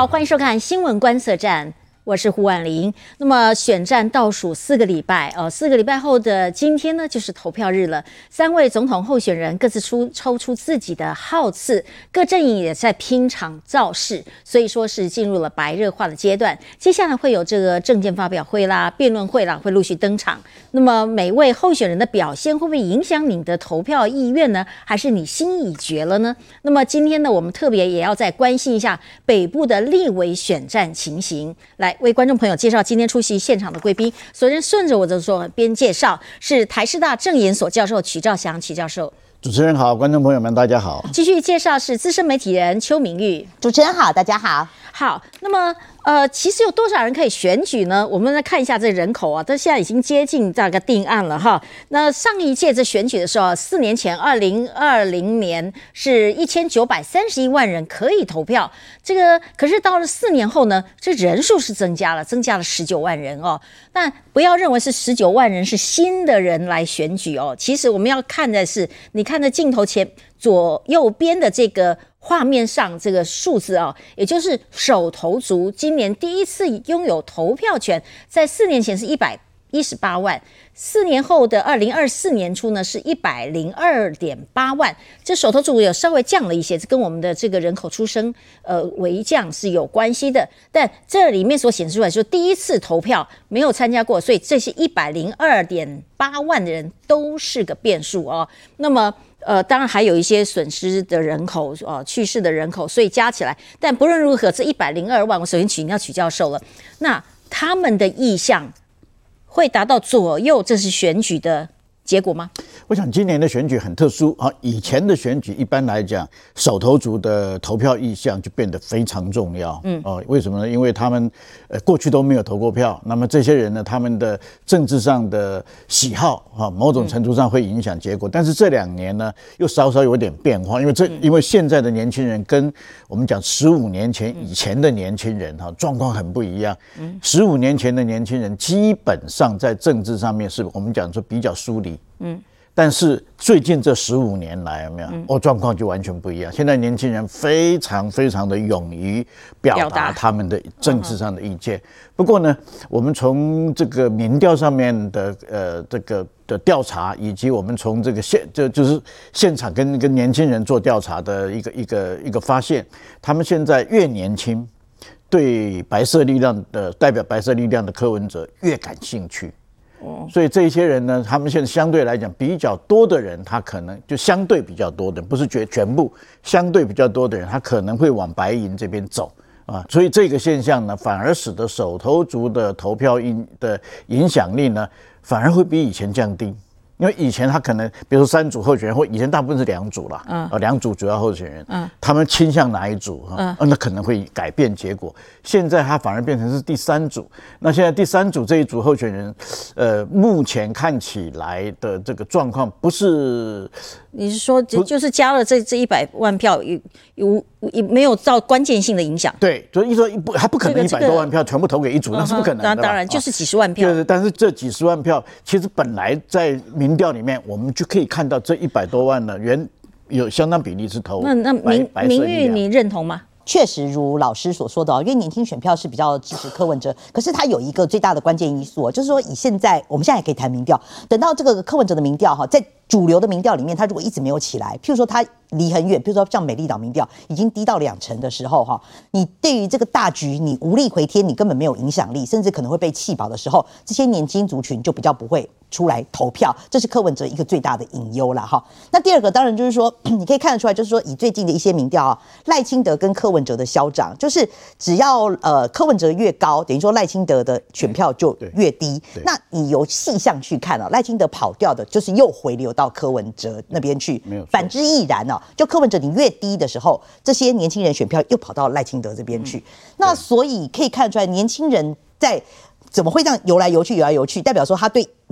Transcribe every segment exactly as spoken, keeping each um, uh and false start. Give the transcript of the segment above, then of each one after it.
好，欢迎收看新闻观测站。我是胡婉玲。那么选战倒数四个礼拜，呃，四个礼拜后的今天呢，就是投票日了。三位总统候选人各自出抽出自己的号次，各阵营也在拼场造势，所以说是进入了白热化的阶段。接下来会有这个政见发表会啦、辩论会啦，会陆续登场。那么每位候选人的表现会不会影响你的投票意愿呢？还是你心已决了呢？那么今天呢，我们特别也要再关心一下北部的立委选战情形。来为观众朋友介绍今天出席现场的贵宾。首先顺着我的说边介绍，是台师大政研所教授曲兆祥曲教授。 主持人好，观众朋友们大家好。 继续介绍是资深媒体人邱明玉。 主持人好，大家好。 好，那么呃，其实有多少人可以选举呢？我们来看一下这人口啊，这现在已经接近这个定案了哈。那上一届这选举的时候，四年前二零二零年是一千九百三十一万人可以投票，这个可是到了四年后呢，这人数是增加了，增加了十九万人哦。但不要认为是十九万人是新的人来选举哦，其实我们要看的是，你看着镜头前左右边的这个画面上这个数字啊，也就是首投族今年第一次拥有投票权，在四年前是一百一十八万，四年后的二零二四年初呢是一百零二点八万，这首投族有稍微降了一些，这跟我们的这个人口出生呃微降是有关系的。但这里面所显示出来就是第一次投票没有参加过，所以这些一百零二点八万的人都是个变数哦。那么呃，当然还有一些损失的人口，呃，去世的人口，所以加起来，但不论如何，这一百零二万，我首先请教曲教授了。那他们的意向会达到左右这是选举的结果吗？ 我想今年的选举很特殊啊，以前的选举一般来讲，首投族的投票意向就变得非常重要。嗯，哦，为什么呢？因为他们呃过去都没有投过票，那么这些人呢，他们的政治上的喜好啊，某种程度上会影响结果。但是这两年呢，又稍稍有点变化，因为这因为现在的年轻人跟我们讲十五年前以前的年轻人哈状况很不一样。嗯，十五年前的年轻人基本上在政治上面是我们讲说比较疏离。嗯，但是最近这十五年来，有没有？哦，状况就完全不一样。现在年轻人非常非常的勇于表达他们的政治上的意见。不过呢，我们从这个民调上面的呃这个的调查，以及我们从这个现就就是现场跟跟年轻人做调查的一个一个一个发现，他们现在越年轻，对白色力量的代表白色力量的柯文哲越感兴趣。所以这些人呢，他们现在相对来讲比较多的人，他可能就相对比较多的，不是全全部，相对比较多的人，他可能会往白银这边走啊。所以这个现象呢，反而使得首投族的投票影的影响力呢，反而会比以前降低。因为以前他可能，比如说三组候选人，或以前大部分是两组啦，嗯，两组主要候选人，嗯，他们倾向哪一组，嗯，那可能会改变结果。现在他反而变成是第三组，那现在第三组这一组候选人，呃，目前看起来的这个状况不是， 你是说就是加了这这一百万票，有有没有到关键性的影响？ 对，所以一说不还不可能一百多万票全部投给一组，那是不可能的。 当然就是几十万票， 就是，但是这几十万票其实本来在民调里面，我们就可以看到这一百多万呢，原有相当比例是投那那明明玉，你认同吗？ 确实如老师所说的，因为年轻选票是比较支持柯文哲，可是他有一个最大的关键因素，就是说以现在我们现在也可以谈民调，等到这个柯文哲的民调哈，在主流的民调里面，他如果一直没有起来，譬如说他离很远，譬如说像美丽岛民调已经低到两成的时候哈，你对于这个大局你无力回天，你根本没有影响力，甚至可能会被弃保的时候，这些年轻族群就比较不会出来投票，这是柯文哲一个最大的隐忧啦哈。那第二个当然就是说，你可以看得出来，就是说以最近的一些民调啊，赖清德跟柯文哲的消长，就是只要呃柯文哲越高，等于说赖清德的选票就越低。那你由细项去看啊，赖清德跑掉的就是又回流到柯文哲那边去，反之亦然哦。就柯文哲你越低的时候，这些年轻人选票又跑到赖清德这边去。嗯、那所以可以看出来，年轻人在怎么会这样游来游去、游来游去，代表说他对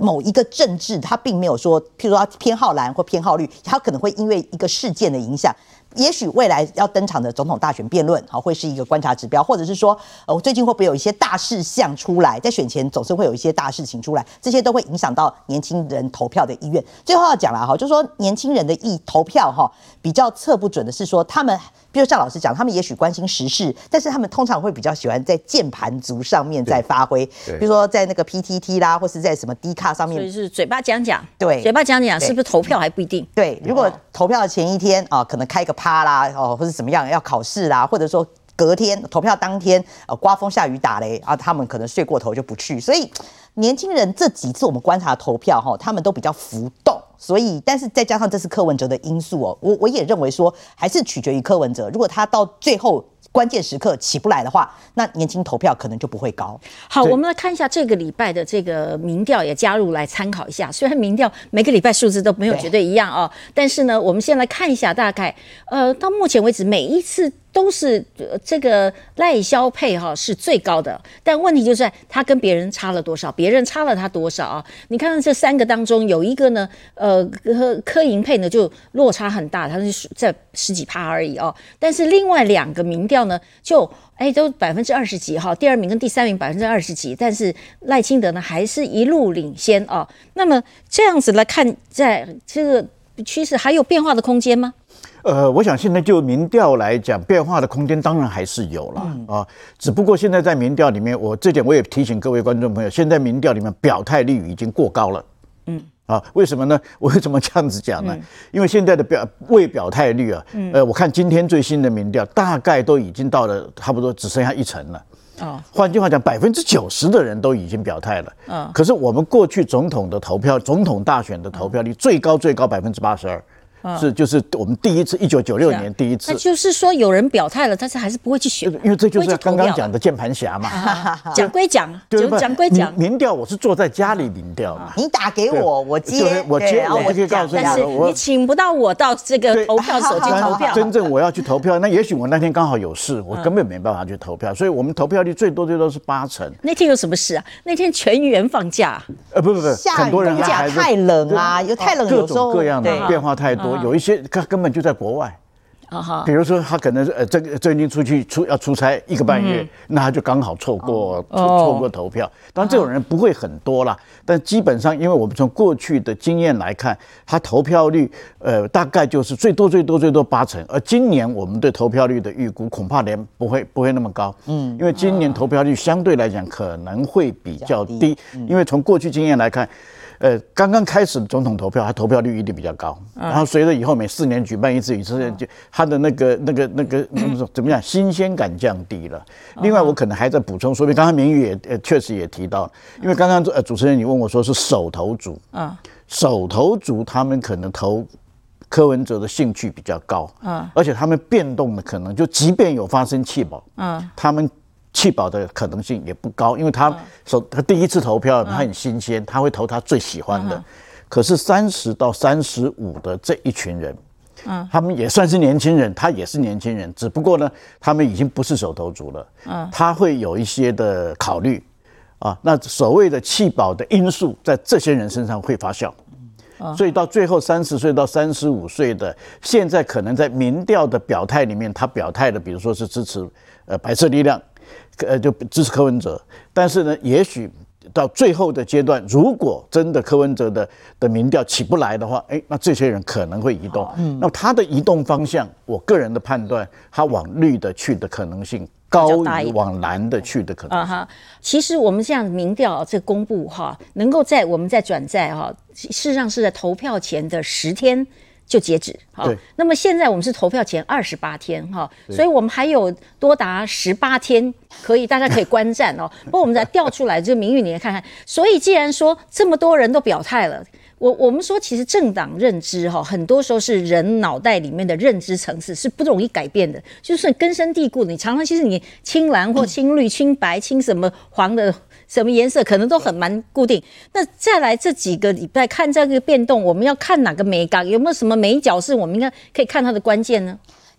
某一个政治，它并没有说，譬如说它偏好蓝或偏好绿，它可能会因为一个事件的影响。也许未来要登场的总统大选辩论，好，会是一个观察指标，或者是说，呃，最近会不会有一些大事项出来？在选前总是会有一些大事情出来，这些都会影响到年轻人投票的意愿。最后要讲了哈，就是说年轻人的意投票哈，比较测不准的是说，他们，比如像老师讲，他们也许关心时事，但是他们通常会比较喜欢在键盘族上面在发挥，比如说在那个 P T T 啦，或是在什么 D 卡上面， 所以是嘴巴讲讲， 对， 嘴巴讲讲，是不是投票还不一定？ 对，如果投票的前一天啊，可能开个趴啦，哦，或者怎么样要考试啦，或者说隔天投票当天，呃，刮风下雨打雷啊，他们可能睡过头就不去。所以年轻人这几次我们观察投票哈，他们都比较浮动。所以，但是再加上这是柯文哲的因素哦，我我也认为说，还是取决于柯文哲。如果他到最后关键时刻起不来的话，那年轻投票可能就不会高。 好，我们来看一下这个礼拜的这个民调，也加入来参考一下。虽然民调每个礼拜数字都没有绝对一样哦，但是呢，我们先来看一下，大概呃，到目前为止每一次都是、呃、这个赖萧配哈是最高的，但问题就在他跟别人差了多少，别人差了他多少啊？你看看这三个当中有一个呢，呃，柯柯银配呢就落差很大，他是在十几趴而已哦，但是另外两个民调呢就哎都百分之二十几哈，第二名跟第三名百分之二十几，但是赖清德呢还是一路领先哦。那么这样子来看，在这个趋势还有变化的空间吗？ 呃，我想现在就民调来讲，变化的空间当然还是有了、嗯、啊，只不过现在在民调里面，我这点我也提醒各位观众朋友，现在民调里面表态率已经过高了，嗯。啊，为什么呢？我为什么这样子讲呢？嗯、因为现在的表未表态率啊，嗯、呃，我看今天最新的民调，大概都已经到了差不多只剩下一成了。哦，换句话讲，百分之九十的人都已经表态了。嗯、哦，可是我们过去总统的投票，总统大选的投票率、嗯、最高最高百分之八十二。是，就是我们第一次，一九九六年第一次。 那就是说，有人表态了，但是还是不会去选， 因为这就是刚刚讲的键盘侠嘛。 讲归讲，就讲归讲。 民调我是坐在家里民调嘛， 你打给我，我接， 我接，我就可以告诉你。 但是你请不到我到这个投票所去投票。 真正我要去投票，那也许我那天刚好有事，我根本没办法去投票，所以我们投票率最多最多是八成。 那天有什么事啊？那天全员放假。 呃，不不不，很多人还太冷啊，有太冷， 各种各样的变化太多，有一些根本就在国外，比如说他可能呃这个最近出去出要出差一个半月，嗯、那他就刚好错过错错过投票。当然这种人不会很多啦，但基本上因为我们从过去的经验来看，他投票率呃大概就是最多最多最多八成，而今年我们对投票率的预估恐怕连不会不会那么高，嗯，因为今年投票率相对来讲可能会比较低，嗯、因为从过去经验来看。呃，刚刚开始总统投票，它投票率一定比较高。嗯、然后随着以后每四年举办一次，一次就它的那个、那个、那个怎么样，新鲜感降低了。另外，我可能还在补充说明，刚刚明宇也呃确实也提到，因为刚刚呃主持人你问我说是首投族，嗯，首投族他们可能投柯文哲的兴趣比较高，嗯，而且他们变动的可能就即便有发生弃保，嗯，他们。弃保的可能性也不高，因为他首他第一次投票，他很新鲜，他会投他最喜欢的。可是三十到三十五的这一群人，嗯，他们也算是年轻人，他也是年轻人，只不过呢，他们已经不是首投族了，嗯，他会有一些的考虑啊。那所谓的弃保的因素，在这些人身上会发酵。所以到最后三十岁到三十五岁的，现在可能在民调的表态里面，他表态的，比如说是支持呃白色力量。呃，就支持柯文哲，但是呢，也许到最后的阶段，如果真的柯文哲的的民调起不来的话，哎，那这些人可能会移动。嗯，那他的移动方向，我个人的判断，他往绿的去的可能性高于往蓝的去的可能性。啊哈， 其实我们这样民调这公布哈，能够在我们在转载哈，事实上是在投票前的十天。就截止，好，那么现在我们是投票前二十八天哈，所以我们还有多达十八天可以大家可以观战哦。不过我们再调出来，就明玉你来看看。所以既然说这么多人都表态了，我我们说其实政党认知哈，很多时候是人脑袋里面的认知层次是不容易改变的，就是根深蒂固的。你常常其实你青蓝或青绿、青白、青什么黄的。什么颜色可能都很蛮固定。那再来这几个礼拜看这个变动，我们要看哪个美感，有没有什么美角是我们应该可以看它的关键呢？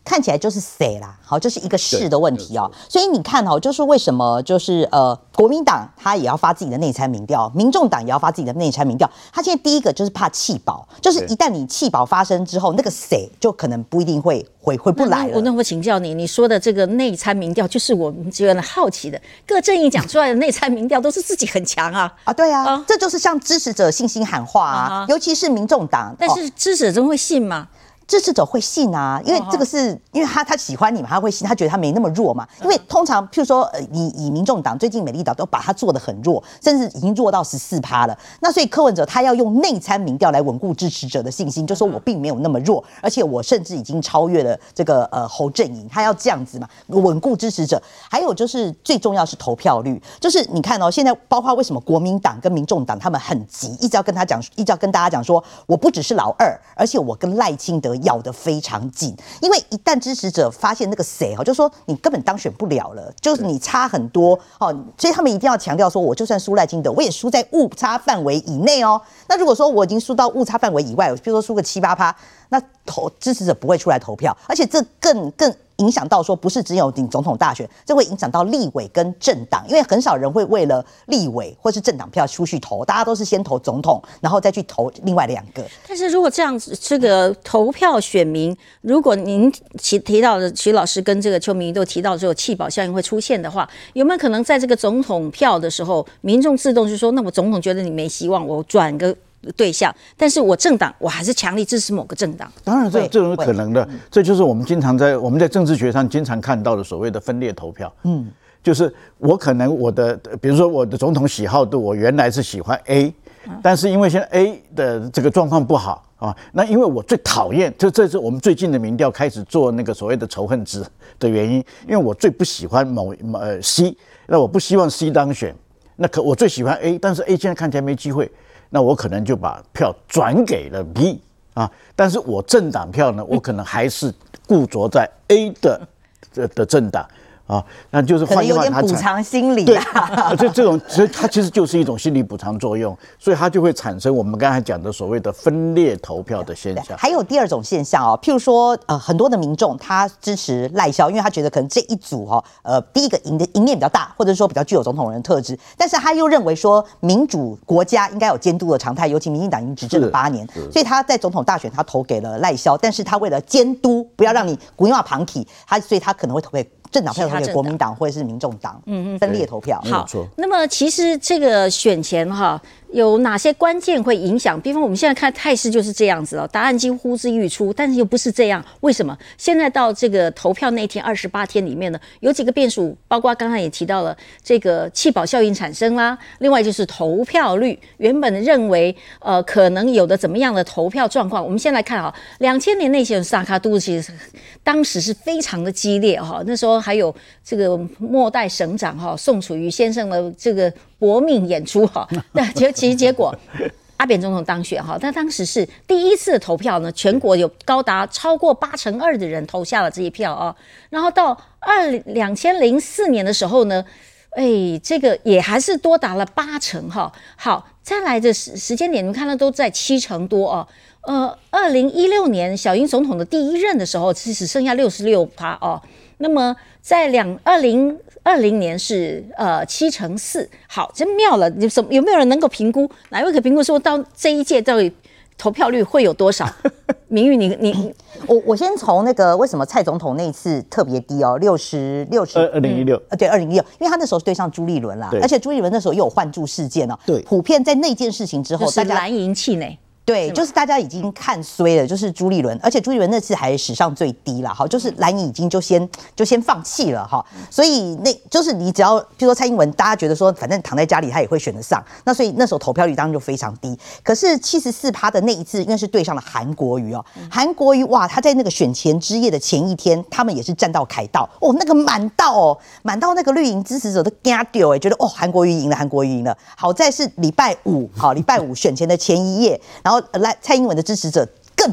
看起来就是谁啦，好，就是一个势的问题哦。所以你看哦，就是为什么就是呃，国民党他也要发自己的内参民调，民众党也要发自己的内参民调。他现在第一个就是怕弃保，就是一旦你弃保发生之后，那个谁就可能不一定会回回不来了。 我那我请教你，你说的这个内参民调，就是我们觉得好奇的，各阵营讲出来的内参民调都是自己很强啊啊，对啊，啊这就是向支持者信心喊话啊，啊尤其是民众党。 但是支持者真会信吗？ 支持者会信啊，因为这个是因为他他喜欢你嘛，他会信，他觉得他没那么弱嘛。因为通常譬如说，呃，以以民众党最近美丽岛都把他做得很弱，甚至已经弱到十四趴了。那所以柯文哲他要用内参民调来稳固支持者的信心，就说我并没有那么弱，而且我甚至已经超越了这个呃侯阵营，他要这样子嘛，稳固支持者。还有就是最重要是投票率，就是你看哦，现在包括为什么国民党跟民众党他们很急，一直要跟他讲，一直要跟大家讲说，我不只是老二，而且我跟赖清德咬得非常紧，因为一旦支持者发现那个谁哦，就说你根本当选不了了，就是你差很多哦，所以他们一定要强调说，我就算输赖清德，我也输在误差范围以内哦。那如果说我已经输到误差范围以外，比如说输个七八趴，那投支持者不会出来投票，而且这更更。影响到说不是只有顶总统大选，这会影响到立委跟政党，因为很少人会为了立委或是政党票出去投，大家都是先投总统，然后再去投另外两个。 但是如果这样子，这个投票选民，如果您提提到的徐老师跟这个邱明都提到这种弃保效应会出现的话，有没有可能在这个总统票的时候，民众自动就说，那我总统觉得你没希望，我转个对象，但是我政党我还是强力支持某个政党。 当然这这种可能的，这就是我们经常在我们在政治学上经常看到的所谓的分裂投票。嗯，就是我可能我的比如说我的总统喜好度，我原来是喜欢 A， 但是因为现在 A 的这个状况不好啊，那因为我最讨厌，这这是我们最近的民调开始做那个所谓的仇恨值的原因，因为我最不喜欢某呃 C， 那我不希望 C 当选，那可我最喜欢 A， 但是 A 现在看起来没机会。那我可能就把票转给了 B 啊，但是我政党票呢，我可能还是固着在 A 的的的政党啊，那就是换句话， 可能有点补偿心理对啊， 这这种所以它其实就是一种心理补偿作用，所以它就会产生我们刚才讲的所谓的分裂投票的现象。 还有第二种现象哦，譬如说呃很多的民众他支持赖萧，因为他觉得可能这一组哦，呃第一个赢的赢面比较大，或者说比较具有总统人的特质，但是他又认为说民主国家应该有监督的常态，尤其民进党已经执政了八年，所以他在总统大选他投给了赖萧，但是他为了监督不要让你古英话旁体，他所以他可能会投给政党票投给国民党或者是民众党，嗯嗯，分裂投票。 好，那么其实这个选前哈，有哪些关键会影响？比方我们现在看态势就是这样子了，答案几乎是预出，但是又不是这样，为什么？现在到这个投票那天二十八天里面呢，有几个变数，包括刚才也提到了这个弃保效应产生啦，另外就是投票率，原本认为呃可能有的怎么样的投票状况，我们先来看啊，两千年那些萨卡都其实当时是非常的激烈哈，那时候还有这个末代省长哈宋楚瑜先生的这个搏命演出哈，那结其实结果阿扁总统当选哈，但当时是第一次的投票呢，全国有高达超过八成二的人投下了这一票啊，然后到二两千零四年的时候呢，哎，这个也还是多达了八成哈。好，再来的时时间点，你们看到都在七成多哦。呃，二零一六年小英总统的第一任的时候，其实剩下六十六趴哦。那么在两二零二零年是呃七成四，好，真妙了。有什有没有人能够评估？哪一位可评估说到这一届到底投票率会有多少？明玉，你你我我先从那个为什么蔡总统那一次特别低哦，六十六十二零一六， 呃对，二零一六，因为他那时候是对上朱立伦啦，而且朱立伦那时候又有换柱事件哦， 对， 普遍在那件事情之后， 大家蓝营气馁。 对，就是大家已经看衰了，就是朱立伦，而且朱立伦那次还史上最低啦，好，就是蓝营已经就先就先放弃了哈，所以那就是你只要，譬如说蔡英文，大家觉得说反正躺在家里他也会选得上，那所以那时候投票率当然就非常低。可是七十四趴的那一次，因为是对上了韩国瑜哦，韩国瑜哇，他在那个选前之夜的前一天，他们也是站到凯道哦，那个满到哦，满到那个绿营支持者都惊掉哎，觉得哦韩国瑜赢了，韩国瑜赢了。好在是礼拜五，好礼拜五选前的前一夜，然后。然后赖蔡英文的支持者更满，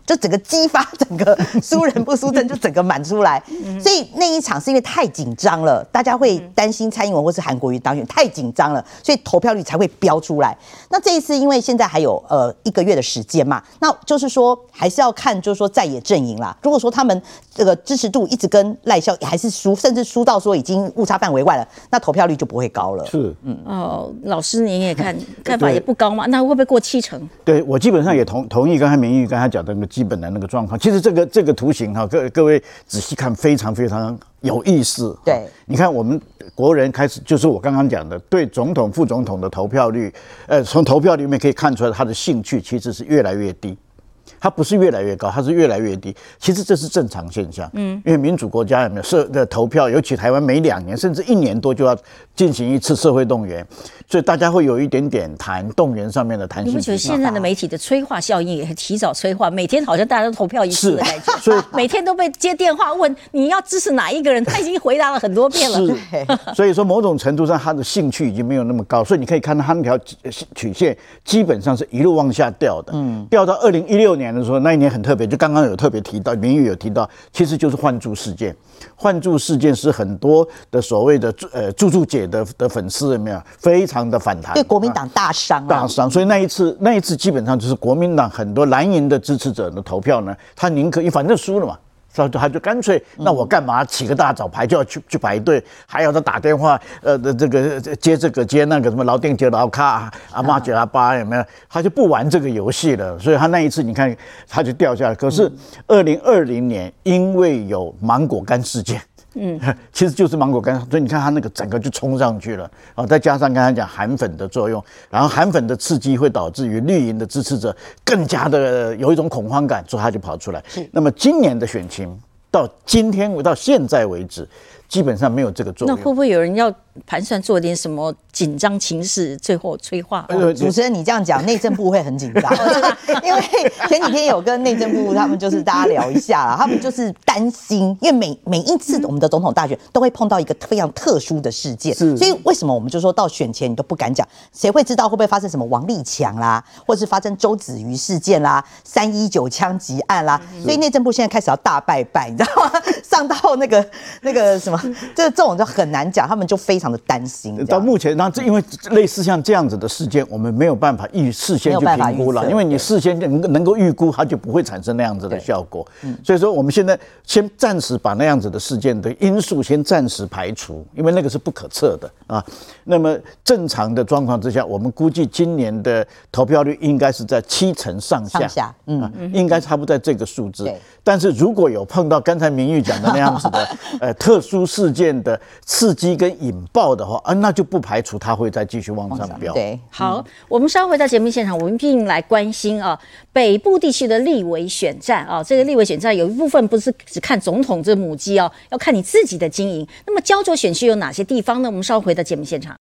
就整个激发整个输人不输阵，就整个满出来。所以那一场是因为太紧张了，大家会担心蔡英文或是韩国瑜当选，太紧张了，所以投票率才会飙出来。那这一次因为现在还有呃一个月的时间嘛，那就是说还是要看就是说在野阵营啦。如果说他们这个支持度一直跟赖萧还是输，甚至输到说已经误差范围外了，那投票率就不会高了。 是， 嗯，哦，老师您也看看法也不高嘛，那会不会过七成？ 对我基本上也同同意刚才明玉刚才讲的那个基本的那个状况。其实这个这个图形哈，各各位仔细看，非常非常有意思。 对， 你看我们国人开始就是我刚刚讲的，对总统、副总统的投票率，呃，从投票里面可以看出来，他的兴趣其实是越来越低。它不是越来越高，它是越来越低。其实这是正常现象，嗯，因为民主国家有没有社的投票，尤其台湾每两年甚至一年多就要进行一次社会动员，所以大家会有一点点谈动员上面的弹性。 你不觉得现在的媒体的催化效应也提早催化？每天好像大家都投票一次的感觉，所以每天都被接电话问你要支持哪一个人，他已经回答了很多遍了。 是，所以说某种程度上他的兴趣已经没有那么高，所以你可以看到他那条曲线基本上是一路往下掉的，嗯，掉到二零一六年的时候，那一年很特别，就刚刚有特别提到，明玉有提到，其实就是换柱事件。换柱事件是很多的所谓的呃柱柱姐的的粉丝有没有非常的反弹， 对国民党大伤、啊、 大伤。所以那一次那一次基本上就是国民党很多蓝营的支持者的投票呢，他宁可因为反正输了嘛。他就干脆，那我干嘛起个大早排就要去去排队，还要他打电话，呃，这个接这个接那个什么老店接老卡阿妈接阿爸有没有？他就不玩这个游戏了，所以他那一次你看他就掉下来。可是二零二零年因为有芒果干事件。嗯，其实就是芒果干，所以你看它那个整个就冲上去了啊！再加上刚才讲韩粉的作用，然后韩粉的刺激会导致于绿营的支持者更加的有一种恐慌感，所以他就跑出来。那么今年的选情到今天到现在为止，基本上没有这个作用。 那会不会有人要盘算做点什么紧张情势，最后催化？ 哦、主持人，你这样讲，内政部会很紧张，因为前几天有跟内政部他们就是大家聊一下啦，他们就是担心，因为每每一次我们的总统大选都会碰到一个非常特殊的事件，所以为什么我们就说到选前你都不敢讲？谁会知道会不会发生什么王立强啦，或者是发生周子瑜事件啦、三一九枪击案啦？所以内政部现在开始要大拜拜，你知道吗？上到那个那个什么，这这种就很难讲，他们就非常的担心。 到目前，那这因为类似像这样子的事件，我们没有办法预事先去评估了，因为你事先能能够预估，它就不会产生那样子的效果。所以说，我们现在先暂时把那样子的事件的因素先暂时排除，因为那个是不可测的啊。那么正常的状况之下，我们估计今年的投票率应该是在七成上下， 上下，嗯， 啊、应该差不多在这个数字。但是如果有碰到刚才明玉讲的那样子的呃特殊事件的刺激跟引爆的话，啊，那就不排除它会再继续往上飙。 对， 好，我们稍后回到节目现场，我们并来关心啊北部地区的立委选战啊，这个立委选战有一部分不是只看总统这母鸡哦，要看你自己的经营。那么焦灼选区有哪些地方呢？我们稍后回到节目现场。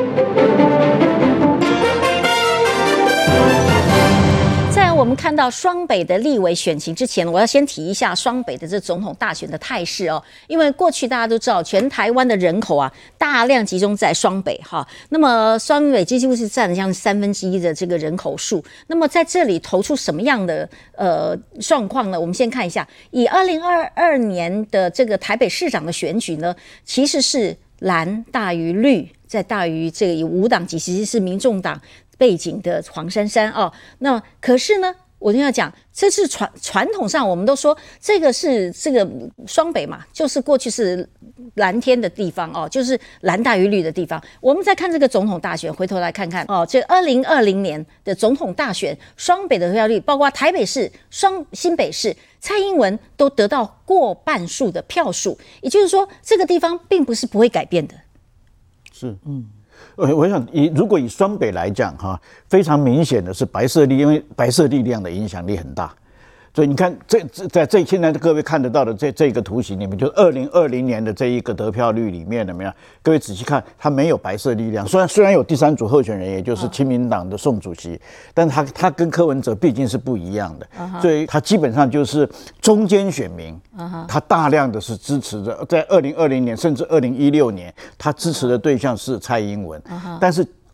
在我们看到双北的立委选情之前，我要先提一下双北的这总统大选的态势哦。因为过去大家都知道，全台湾的人口啊，大量集中在双北哈。那么双北几乎是占了将近三分之一的这个人口数。那么在这里投出什么样的呃状况呢？我们先看一下，以二零二二年的这个台北市长的选举呢，其实是蓝大于绿，再大于这个以无党籍，其实是民众党背景的黄珊珊哦，那可是呢，我就要讲，这是传传统上我们都说这个是这个双北嘛，就是过去是蓝天的地方哦，就是蓝大于绿的地方。我们再看这个总统大选，回头来看看哦，这二零二零年的总统大选，双北的投票率，包括台北市、双新北市，蔡英文都得到过半数的票数，也就是说，这个地方并不是不会改变的。 是，嗯。我我想以如果以双北来讲哈，非常明显的是白色力，因为白色力量的影响力很大，所以你看这在这现在各位看得到的这这个图形里面，就是二零二零年的这一个得票率里面，有没有？各位仔细看，它没有白色力量。虽然虽然有第三组候选人，也就是亲民党的宋主席，但他他跟柯文哲毕竟是不一样的，所以他基本上就是中间选民，他大量的是支持的，在二零二零年甚至二零一六年，他支持的对象是蔡英文，但是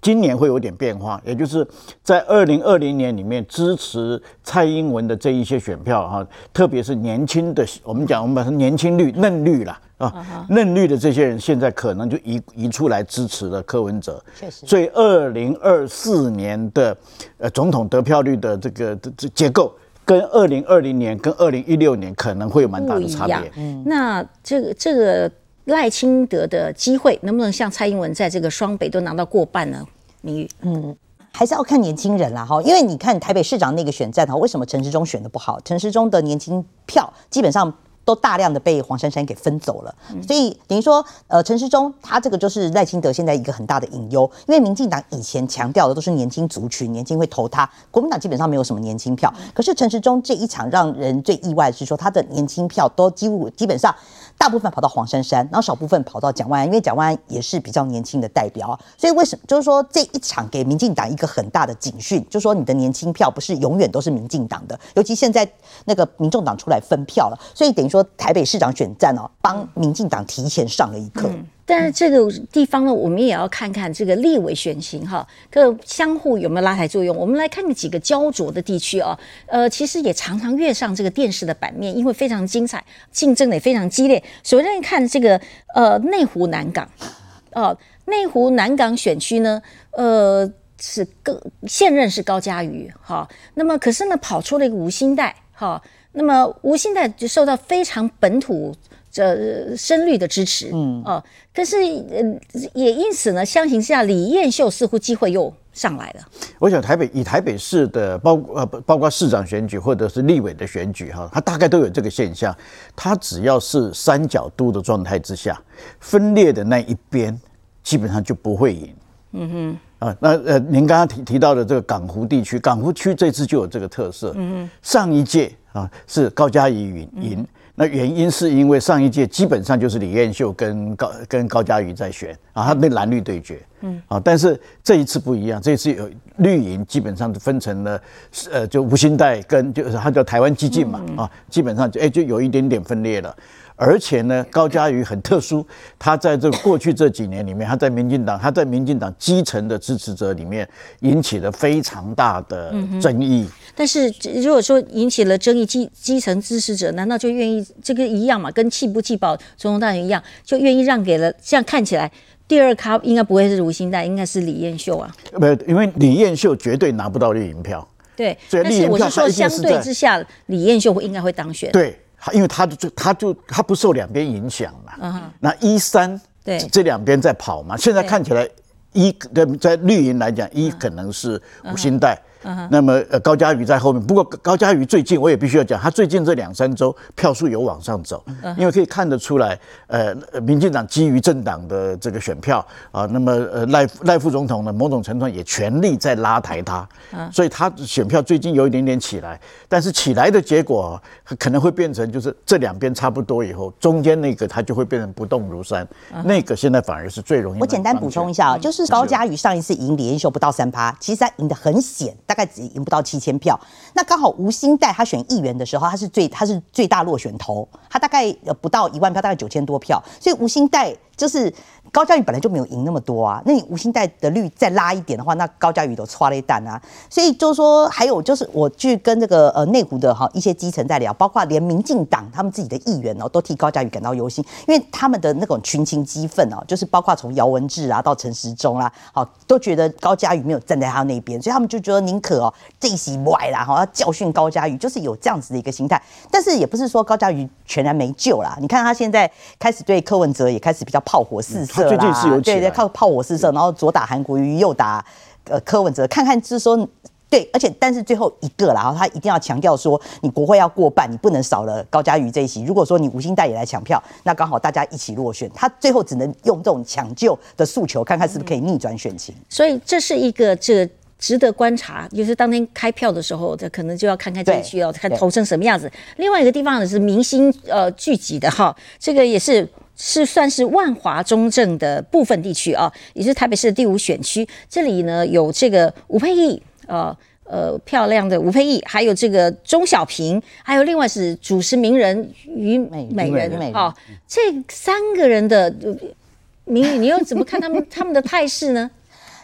今年会有点变化，也就是在二零二零年里面支持蔡英文的这一些选票哈，特别是年轻的，我们讲我们把它年轻绿、嫩绿啦啊，嫩绿的这些人现在可能就移移出来支持了柯文哲。 确实， 所以二零二四年的呃总统得票率的这个这结构，跟二零二零年跟二零一六年可能会有蛮大的差别。 嗯，那这个这个赖清德的机会能不能像蔡英文在这个双北都拿到过半呢？明玉， 嗯。还是要看年轻人啦哈，因为你看台北市长那个选战哈，为什么陈时中选的不好？陈时中的年轻票基本上都大量的被黄珊珊给分走了，嗯、所以等于说，呃，陈时中他这个就是赖清德现在一个很大的隐忧，因为民进党以前强调的都是年轻族群，年轻会投他，国民党基本上没有什么年轻票，可是陈时中这一场让人最意外的是说，他的年轻票都几乎基本上。大部分跑到黄珊珊，然后少部分跑到蒋万安，因为蒋万安也是比较年轻的代表，所以为什么就是说这一场给民进党一个很大的警讯，就是说你的年轻票不是永远都是民进党的，尤其现在那个民众党出来分票了，所以等于说台北市长选战哦，帮民进党提前上了一课。嗯， 但是这个地方呢，我们也要看看这个立委选情哈，各相互有没有拉抬作用。我们来看几个焦灼的地区啊，呃，其实也常常跃上这个电视的版面，因为非常精彩，竞争也非常激烈。首先看这个呃内湖南港，哦，内湖南港选区呢，呃是更现任是高嘉瑜哈，那么可是呢跑出了一个吴欣岱哈，那么吴欣岱就受到非常本土。这深绿的支持，嗯哦，但是呃也因此呢，相形之下，李彦秀似乎机会又上来了。 我想台北以台北市的包呃包括市长选举或者是立委的选举哈，它大概都有这个现象，它只要是三角都的状态之下，分裂的那一边基本上就不会赢。嗯哼。啊，那呃，您刚刚提提到的这个港湖地区，港湖区这次就有这个特色。嗯哼。上一届啊是高嘉瑜赢。嗯，那原因是因为上一届基本上就是李彦秀跟高跟高嘉瑜在选啊，他那蓝绿对决，嗯啊，但是这一次不一样，这一次有绿营基本上分成了，呃，就吴欣岱跟就是他叫台湾激进嘛，啊，基本上就哎就有一点点分裂了。而且呢，高嘉瑜很特殊，他在这过去这几年里面，他在民进党，他在民进党基层的支持者里面引起了非常大的争议。嗯、 但是如果说引起了争议，基基层支持者难道就愿意这个一样嘛？跟弃不弃保总统大选一样，就愿意让给了？这样看起来，第二咖应该不会是吴欣岱，应该是李彦秀啊。 不，因为李彦秀绝对拿不到绿营票。 对，但是我是说，相对之下，李彦秀应该会当选。 对。因为他就他就他不受两边影响嘛，uh-huh. 那一三对这两边在跑嘛，现在看起来一在绿营来讲，一可能是吴欣岱。Uh-huh. 那么呃高嘉瑜在后面，不过高嘉瑜最近我也必须要讲，他最近这两三周票数有往上走， uh-huh. 因为可以看得出来，呃，民进党基于政党的这个选票啊，那么呃赖赖副总统呢，某种程度上也全力在拉抬他， uh-huh. 所以他选票最近有一点点起来，但是起来的结果可能会变成就是这两边差不多以后，中间那个他就会变成不动如山， uh-huh. 那个现在反而是最容易。 我简单补充一下啊，就是高嘉瑜上一次赢李彦秀不到三趴，其实他赢得很险。大概只赢不到七千票，那刚好吴欣岱他选议员的时候，他是最他是最大落选头，他大概不到一万票，大概九千多票，所以吴欣岱就是高嘉瑜本来就没有赢那么多啊，那你吴欣岱的率再拉一点的话，那高嘉瑜都刷了一弹啊，所以就是说，还有就是我去跟这个呃内湖的哈一些基层在聊，包括连民进党他们自己的议员哦，都替高嘉瑜感到忧心，因为他们的那种群情激愤哦，就是包括从姚文智啊到陈时中啦、啊，好都觉得高嘉瑜没有站在他那边，所以他们就觉得宁可哦这一席歪啦，哈要教训高嘉瑜，就是有这样子的一个心态，但是也不是说高嘉瑜全然没救啦，你看他现在开始对柯文哲也开始比较炮火四射。 最近是有对对，靠炮火四射，然后左打韩国瑜，右打呃柯文哲，看看就是说对，而且但是最后一个啦，他一定要强调说，你国会要过半，你不能少了高嘉瑜这一席。如果说你吴欣岱也来抢票，那刚好大家一起落选，他最后只能用这种抢救的诉求，看看是不是可以逆转选情。 所以这是一个这个。值得观察，就是当天开票的时候，这可能就要看看这一区哦，看投成什么样子。另外一个地方呢是明星呃聚集的哈，这个也是是算是万华中正的部分地区啊，也是台北市的第五选区。这里呢有这个吴沛憶，呃呃漂亮的吴沛憶，还有这个钟小平，还有另外是主持名人虞美人啊，这三个人的名誉，你又怎么看他们他们的态势呢？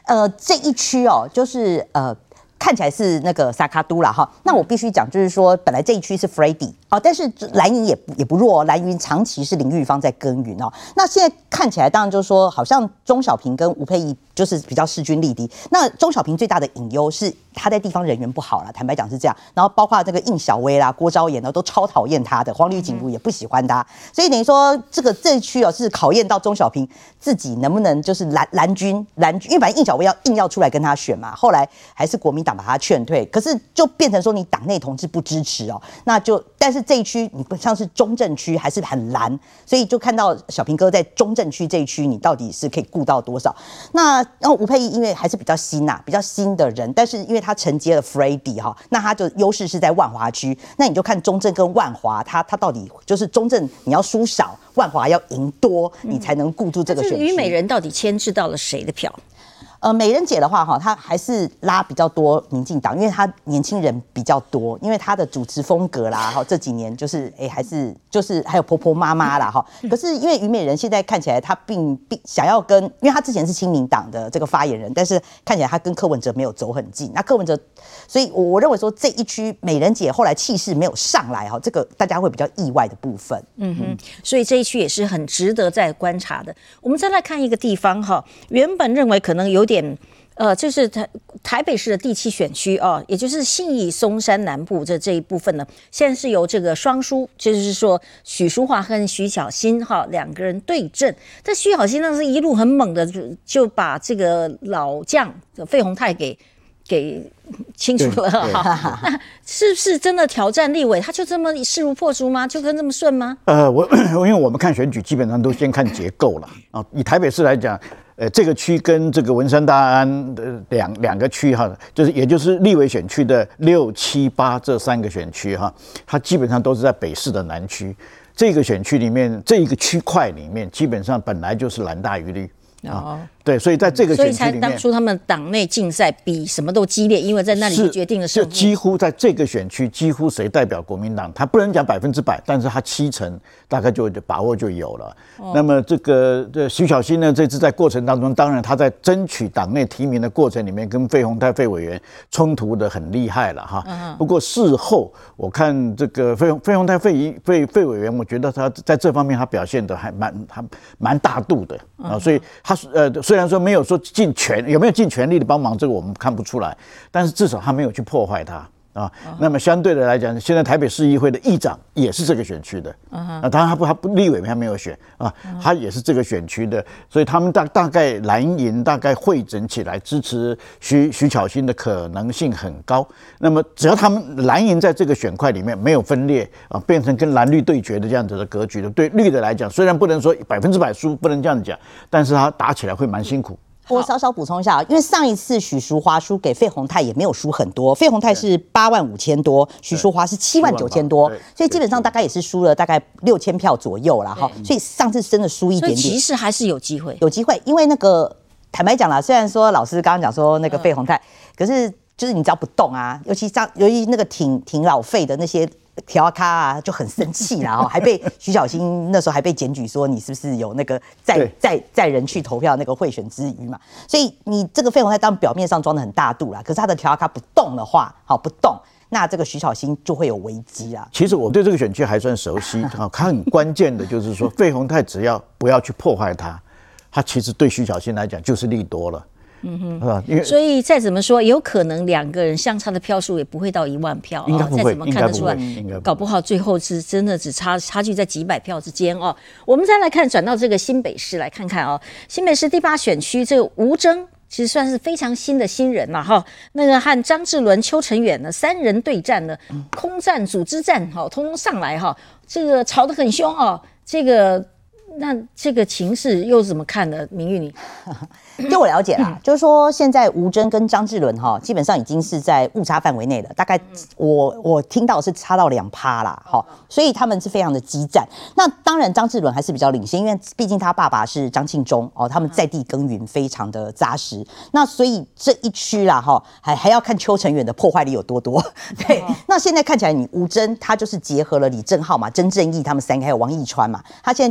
呃这一区哦，就是呃。看起来是那个萨卡都啦哈，那我必须讲，就是说本来这一区是 Freddy 哦，但是蓝营也也不弱哦，蓝营长期是林玉芳在耕耘哦。那现在看起来，当然就是说，好像钟小平跟吴沛忆就是比较势均力敌。那钟小平最大的隐忧是他在地方人缘不好啦，坦白讲是这样。然后包括这个应小薇啦、郭昭言呢，都超讨厌他的，黄吕锦如也不喜欢他，所以等于说这个这一区哦是考验到钟小平自己能不能就是蓝蓝军蓝军，因为反正应小薇要硬要出来跟他选嘛，后来还是国民党把他劝退，可是就变成说你党内同志不支持哦，那就但是这一区你不像是中正区还是很蓝，所以就看到小平哥在中正区这一区你到底是可以顾到多少？那然后吴沛忆因为还是比较新呐、啊，比较新的人，但是因为他承接了 Freddy 哈，那他的优势是在万华区，那你就看中正跟万华，他他到底就是中正你要输少，万华要赢多，你才能顾住这个选区。 虞美人到底牵制到了谁的票？ 呃，美人姐的话，哈，她还是拉比较多民进党，因为她年轻人比较多，因为她的主持风格啦，哈，这几年就是哎，还是就是还有婆婆妈妈啦，哈。可是因为虞美人现在看起来她并并想要跟，因为她之前是亲民党的这个发言人，但是看起来她跟柯文哲没有走很近。那柯文哲，所以我认为说这一区美人姐后来气势没有上来，哈，这个大家会比较意外的部分。 嗯哼，所以这一区也是很值得再观察的。我们再来看一个地方哈，原本认为可能有点，呃，就是台台北市的第七选区哦，也就是信义松山南部这这一部分呢，现在是由这个双叔，就是说许淑华和徐巧芯哈两个人对阵。但徐巧芯呢是一路很猛的，就就把这个老将费鸿泰给给清楚了哈。那是不是真的挑战立委，他就这么势如破竹吗？就跟这么顺吗？ 呃，我因为我们看选举基本上都先看结构了啊。以台北市来讲。呃，这个区跟这个文山大安的两两个区哈，就是也就是立委选区的六七八这三个选区哈，它基本上都是在北市的南区。这个选区里面，这一个区块里面，基本上本来就是蓝大于绿啊。对，所以在这个选区里面， 所以才当初他们党内竞赛比什么都激烈，因为在那里就决定了胜负。 就几乎在这个选区，几乎谁代表国民党，他不能讲百分之百，但是他七成大概就把握就有了。哦、那么这个这徐巧芯呢，这次在过程当中，当然他在争取党内提名的过程里面，跟费鸿泰费委员冲突的很厉害了哈。嗯、不过事后我看这个费费鸿泰费费费委员，我觉得他在这方面他表现的还蛮还蛮大度的啊，所以他呃虽然。虽然说没有说尽全有没有尽全力的帮忙，这个我们看不出来，但是至少他没有去破坏它啊。那么相对的来讲，现在台北市议会的议长也是这个选区的啊，当然他不他不立委他没有选啊，他也是这个选区的，所以他们大大概蓝营大概汇整起来支持徐徐巧芯的可能性很高。那么只要他们蓝营在这个选块里面没有分裂啊，变成跟蓝绿对决的这样子的格局的，对绿的来讲，虽然不能说百分之百输，不能这样讲，但是他打起来会蛮辛苦。 我稍稍补充一下，因为上一次许淑华输给费鸿泰也没有输很多，费鸿泰是八万五千多，许淑华是七万九千多，所以基本上大概也是输了大概六千票左右啦哈。所以上次真的输一点点， 所以其实还是有机会， 有机会，因为那个坦白讲啦，虽然说老师刚刚讲说那个费鸿泰，可是就是你只要不动啊，尤其像尤其那个挺挺老费的那些。调咖啊就很生气啦，还被徐巧芯那时候还被检举说你是不是有那个载载载人去投票那个贿选之余嘛，所以你这个费鸿泰当表面上装得很大度啦，可是他的调咖不动的话，好不动，那这个徐巧芯就会有危机啦。 其实我对这个选区还算熟悉啊，他很关键的就是说费鸿泰只要不要去破坏它，他其实对徐巧芯来讲就是利多了。 嗯哼，因为所以再怎么说，有可能两个人相差的票数也不会到一万票， 应该不会， 再怎么看得出来，搞不好最后是真的只差差距在几百票之间哦。我们再来看，转到这个新北市来看看哦，新北市第八选区这个吴峥。其实算是非常新的新人了哈，那个和张志伦、邱成远呢三人对战呢，空战、组织战哈，通通上来哈，这个吵得很凶哦，这个那这个情势又怎么看呢？明玉你？ 就我了解啦，就是说现在吴峥跟张志伦哈，基本上已经是在误差范围内了，大概我我听到是差到两趴啦，哈，所以他们是非常的激战。那当然张志伦还是比较领先，因为毕竟他爸爸是张庆忠哦，他们在地耕耘非常的扎实。那所以这一区啦哈，还还要看邱成远的破坏力有多多。对，那现在看起来你吴峥他就是结合了李正浩嘛、曾正义他们三个，还有王义川嘛，他现在就是每天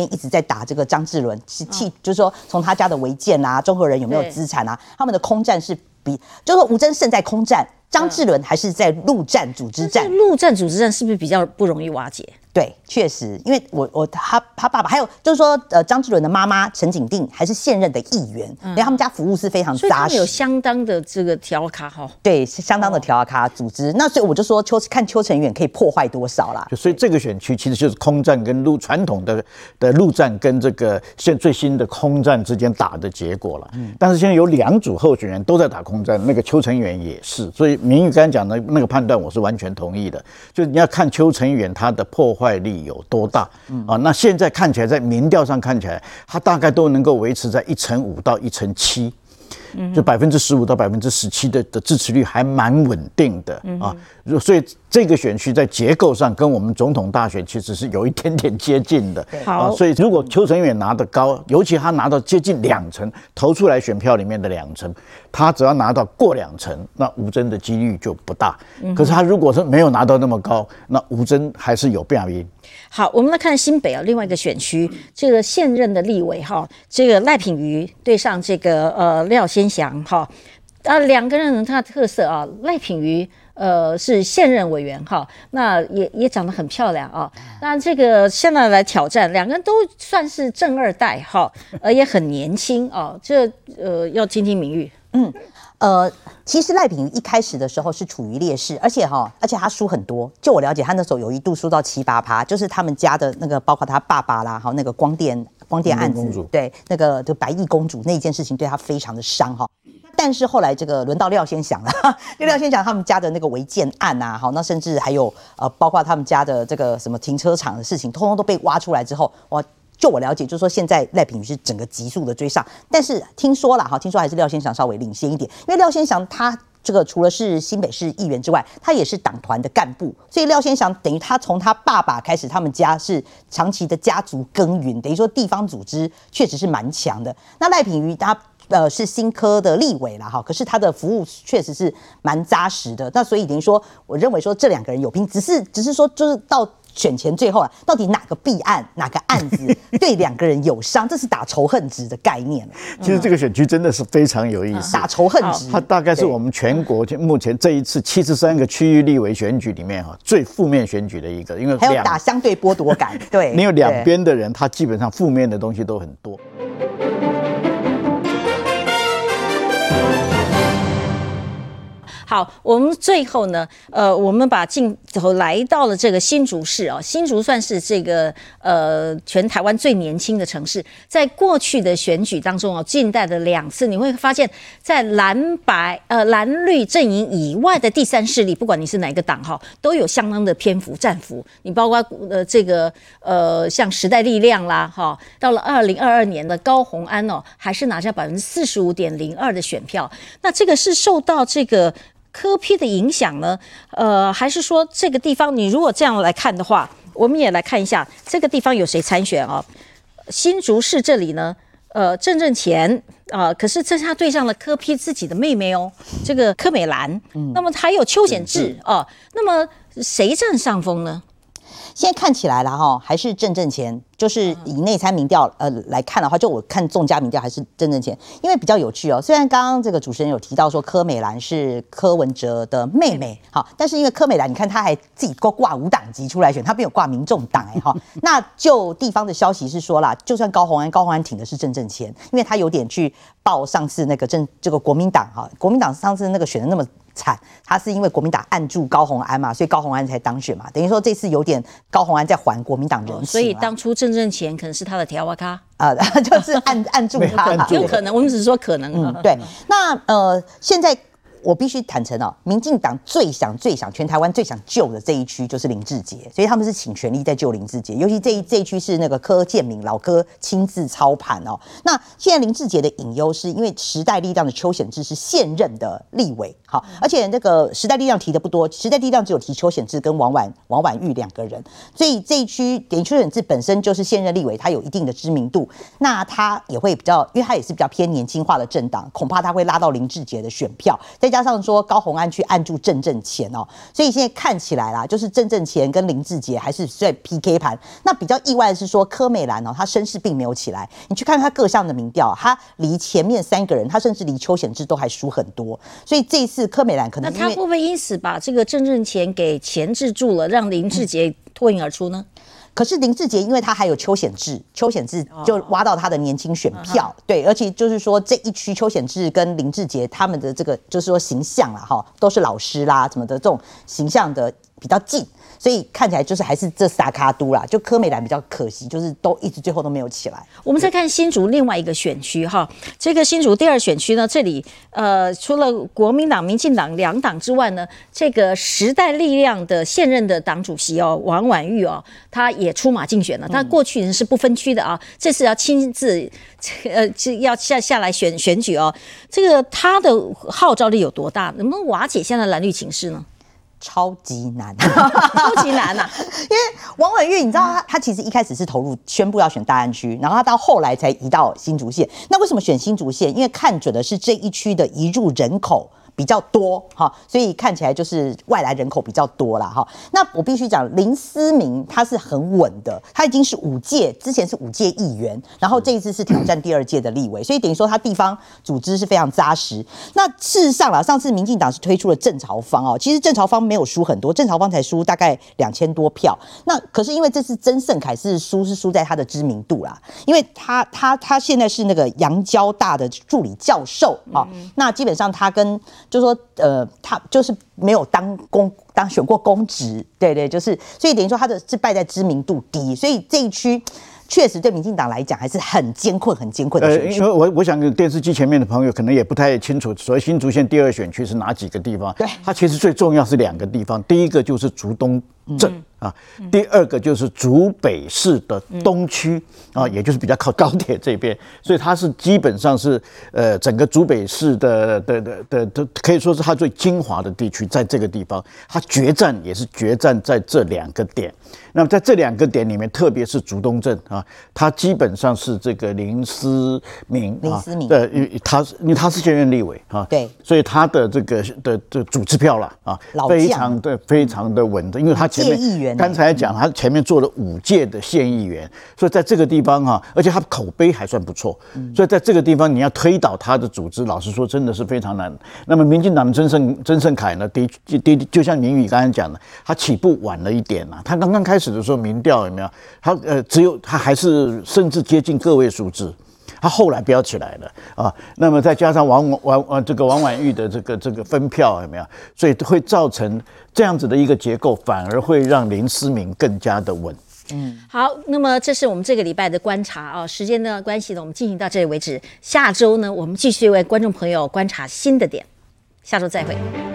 面一直在打这个张志伦，是气、嗯、就是说从他家的违建啊，中和人有没有资产啊，他们的空战是比，就是说吴峥胜在空战，张志伦还是在陆战组织战。 陆战组织战是不是比较不容易瓦解？ 对，确实，因为我我他他爸爸，还有就是说，呃，张志伦的妈妈陈景定还是现任的议员，嗯、因为他们家服务是非常扎实， 所以他们有相当的这个条卡哈。 对，是相当的条卡组织。哦、那所以我就说邱看邱成远可以破坏多少啦。 所以这个选区其实就是空战跟陆传统的的陆战跟这个现最新的空战之间打的结果了。嗯、但是现在有两组候选人都在打空战，那个邱成远也是，所以明玉刚才讲的那个判断我是完全同意的，就是你要看邱成远他的破坏力有多大。嗯、啊，那现在看起来，在民调上看起来，它大概都能够维持在一成五到一成七，就百分之十五到百分之十七的的支持率还蛮稳定的啊。所以这个选区在结构上跟我们总统大选其实是有一点点接近的。 好， 所以如果邱成远拿得高，尤其他拿到接近两成，投出来选票里面的两成，他只要拿到过两成，那吴峥的几率就不大。可是他如果是没有拿到那么高，那吴峥还是有变赢。 好，我们来看新北啊，另外一个选区，这个现任的立委哈，这个赖品妤对上这个呃廖先祥哈，啊两个人他的特色啊，赖品妤呃是现任委员哈，那也也长得很漂亮啊，那这个现在来挑战，两个人都算是正二代哈，呃也很年轻啊，这呃要听听明玉， 嗯。呃，其实赖品妤一开始的时候是处于劣势，而且哈，而且他输很多。就我了解，他那时候有一度输到七八趴，就是他们家的那个，包括他爸爸啦，哈，那个光电光电案子，对，那个就白衣公主那一件事情对他非常的伤哈。但是后来这个轮到廖先祥了，因为廖先祥他们家的那个违建案啊，好，那甚至还有呃，包括他们家的这个什么停车场的事情，通通都被挖出来之后，哇。就我了解，就是说现在赖品妤是整个急速的追上，但是听说啦，哈，听说还是廖先祥稍微领先一点，因为廖先祥他这个除了是新北市议员之外，他也是党团的干部，所以廖先祥等于他从他爸爸开始，他们家是长期的家族耕耘，等于说地方组织确实是蛮强的。那赖品妤他呃是新科的立委啦，哈，可是他的服务确实是蛮扎实的，那所以等于说，我认为说这两个人有拼，只是只是说就是到。选前最后啊，到底哪个弊案、哪个案子对两个人有伤？这是打仇恨值的概念。 其实这个选区真的是非常有意思， 打仇恨值。 它大概是我们全国目前这一次七十三个区域立委选举里面哈最负面选举的一个，因为还有打相对剥夺感。对， 你有两边的人，他基本上负面的东西都很多。 好，我们最后呢，呃，我们把镜头来到了这个新竹市啊、哦，新竹算是这个呃全台湾最年轻的城市，在过去的选举当中哦，近代的两次，你会发现在蓝白呃蓝绿阵营以外的第三势力，不管你是哪个党哈，都有相当的篇幅占幅。你包括呃这个呃像时代力量啦哈，到了二零二二年的高虹安哦，还是拿下百分之四十五点零二的选票。那这个是受到这个柯 P 的影响呢？呃，还是说这个地方你如果这样来看的话，我们也来看一下这个地方有谁参选啊？新竹市这里呢，呃，郑正乾啊、呃，可是这是他对上了柯 P 自己的妹妹哦，这个柯美兰。嗯，那么还有邱显智啊、呃，那么谁占上风呢？ 现在看起来了哈，还是郑正乾，就是以内参民调呃来看的话，就我看众家民调还是郑正乾，因为比较有趣哦。虽然刚刚这个主持人有提到说柯美兰是柯文哲的妹妹，好，但是因为柯美兰，你看她还自己挂挂无党籍出来选，她没有挂民众党哎哈。那就地方的消息是说啦，就算高虹安，高虹安挺的是郑正乾，因为他有点去报上次那个郑这个国民党哈，国民党上次那个选的那么惨，他是因为国民党按住高虹安嘛，所以高虹安才当选嘛。等于说这次有点高虹安在还国民党人情、哦， 所以当初郑正乾可能是他的条哇咖啊，就是按按住他， 有可能，我们只是说可能。 嗯，对。那呃，现在。我必须坦诚哦，民进党最想、最想全台湾最想救的这一区就是林志杰，所以他们是请全力在救林志杰。尤其这一这一区是那个柯建铭老柯亲自操盘哦。那现在林志杰的隐忧是因为时代力量的邱显智是现任的立委，好，而且那个时代力量提的不多，时代力量只有提邱显智跟王婉王婉玉两个人，所以这一区等于邱显智本身就是现任立委，他有一定的知名度，那他也会比较，因为他也是比较偏年轻化的政党，恐怕他会拉到林志杰的选票，再加加上说高虹安去按住郑正乾哦，所以现在看起来啦，就是郑正乾跟林志杰还是在 P K 盘。那比较意外的是说柯美兰哦，她声势并没有起来。你去看她各项的民调，她离前面三个人，她甚至离邱显智都还输很多。所以这一次柯美兰可能那她会不会因此把这个郑正乾给钳制住了，让林志杰脱颖而出呢？ 可是林志杰，因为他还有邱显智，邱显智就挖到他的年轻选票，哦、对，而且就是说这一区邱显智跟林志杰他们的这个就是说形象啦，哈，都是老师啦，什么的这种形象的比较近，所以看起来就是还是这撒卡都啦，就柯美兰比较可惜，就是都一直最后都没有起来。 我们再看新竹另外一个选区哈，这个新竹第二选区呢，这里呃除了国民党、民进党两党之外呢，这个时代力量的现任的党主席哦，王婉玉哦，他也出马竞选了。他过去是不分区的啊，这次要亲自呃要下下来选选举哦。这个他的号召力有多大？能不能瓦解现在蓝绿情势呢？ 超级难， 超级难啊！ 因为王婉玉，你知道他，他其实一开始是投入宣布要选大安区，然后他到后来才移到新竹县。那为什么选新竹县？因为看准的是这一区的移入人口比较多哈，所以看起来就是外来人口比较多啦哈。那我必须讲，林思明他是很稳的，他已经是五届，之前是五届议员，然后这一次是挑战第二届的立委，所以等于说他地方组织是非常扎实。那事实上啦，上次民进党是推出了郑朝芳哦，其实郑朝芳没有输很多，郑朝芳才输大概两千多票。那可是因为这次曾盛凯是输是输在他的知名度啦，因为他他他现在是那个阳交大的助理教授啊、嗯，那基本上他跟就说呃，他就是没有当公当选过公职，对对，就是所以等于说他的是败在知名度低，所以这一区确实对民进党来讲还是很艰困、很艰困的选区。呃， 因为我我想电视机前面的朋友可能也不太清楚，所谓新竹县第二选区是哪几个地方？ 对， 它其实最重要是两个地方，第一个就是竹东镇。嗯啊，第二个就是竹北市的东区啊，也就是比较靠高铁这边，所以它是基本上是呃整个竹北市的的的的的，可以说是它最精华的地区，在这个地方，它决战也是决战在这两个点。那么在这两个点里面，特别是竹东镇啊，它基本上是这个林思明， 林思明， 对，因为他因为他是现任立委啊， 对， 所以他的这个的的组织票啦啊，非常的非常的稳的，因为他前面。刚才讲，他前面做了五届的县议员，所以在这个地方哈，而且他口碑还算不错，所以在这个地方你要推倒他的组织，老实说真的是非常难。那么民进党的曾盛曾盛凯呢，的的就像明宇刚才讲的，他起步晚了一点啊，他刚刚开始的时候民调有没有？他呃只有他还是甚至接近个位数字。他后来飙起来了啊，那么再加上王王王这个王婉玉的这个这个分票有没有？所以会造成这样子的一个结构，反而会让林思明更加的稳。 嗯，好，那么这是我们这个礼拜的观察啊。时间的关系呢，我们进行到这里为止。下周呢，我们继续为观众朋友观察新的点。下周再会。